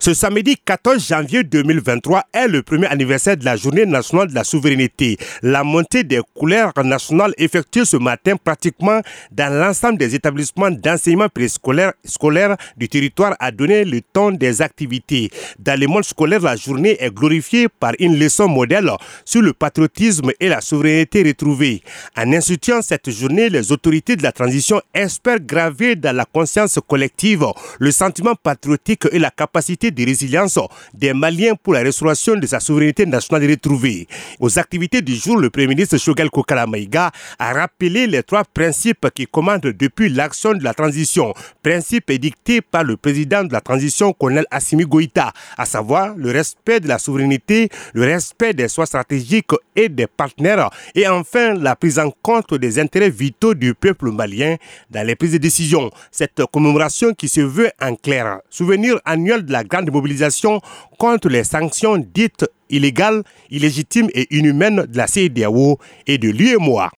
Ce samedi 14 janvier 2023 est le premier anniversaire de la Journée nationale de la souveraineté. La montée des couleurs nationales effectuée ce matin pratiquement dans l'ensemble des établissements d'enseignement préscolaire scolaire du territoire a donné le ton des activités. Dans les mondes scolaires, la journée est glorifiée par une leçon modèle sur le patriotisme et la souveraineté retrouvée. En instituant cette journée, les autorités de la transition espèrent graver dans la conscience collective le sentiment patriotique et la capacité de résilience des Maliens pour la restauration de sa souveraineté nationale retrouvée. Aux activités du jour, le Premier ministre Choguel Kokala Maïga a rappelé les trois principes qui commandent depuis l'action de la transition. Principes édictés par le président de la transition, colonel Assimi Goïta, à savoir le respect de la souveraineté, le respect des choix stratégiques et des partenaires et enfin la prise en compte des intérêts vitaux du peuple malien dans les prises de décision. Cette commémoration qui se veut en clair, souvenir annuel de la grande mobilisation contre les sanctions dites illégales, illégitimes et inhumaines de la CEDEAO et de l'UEMOA.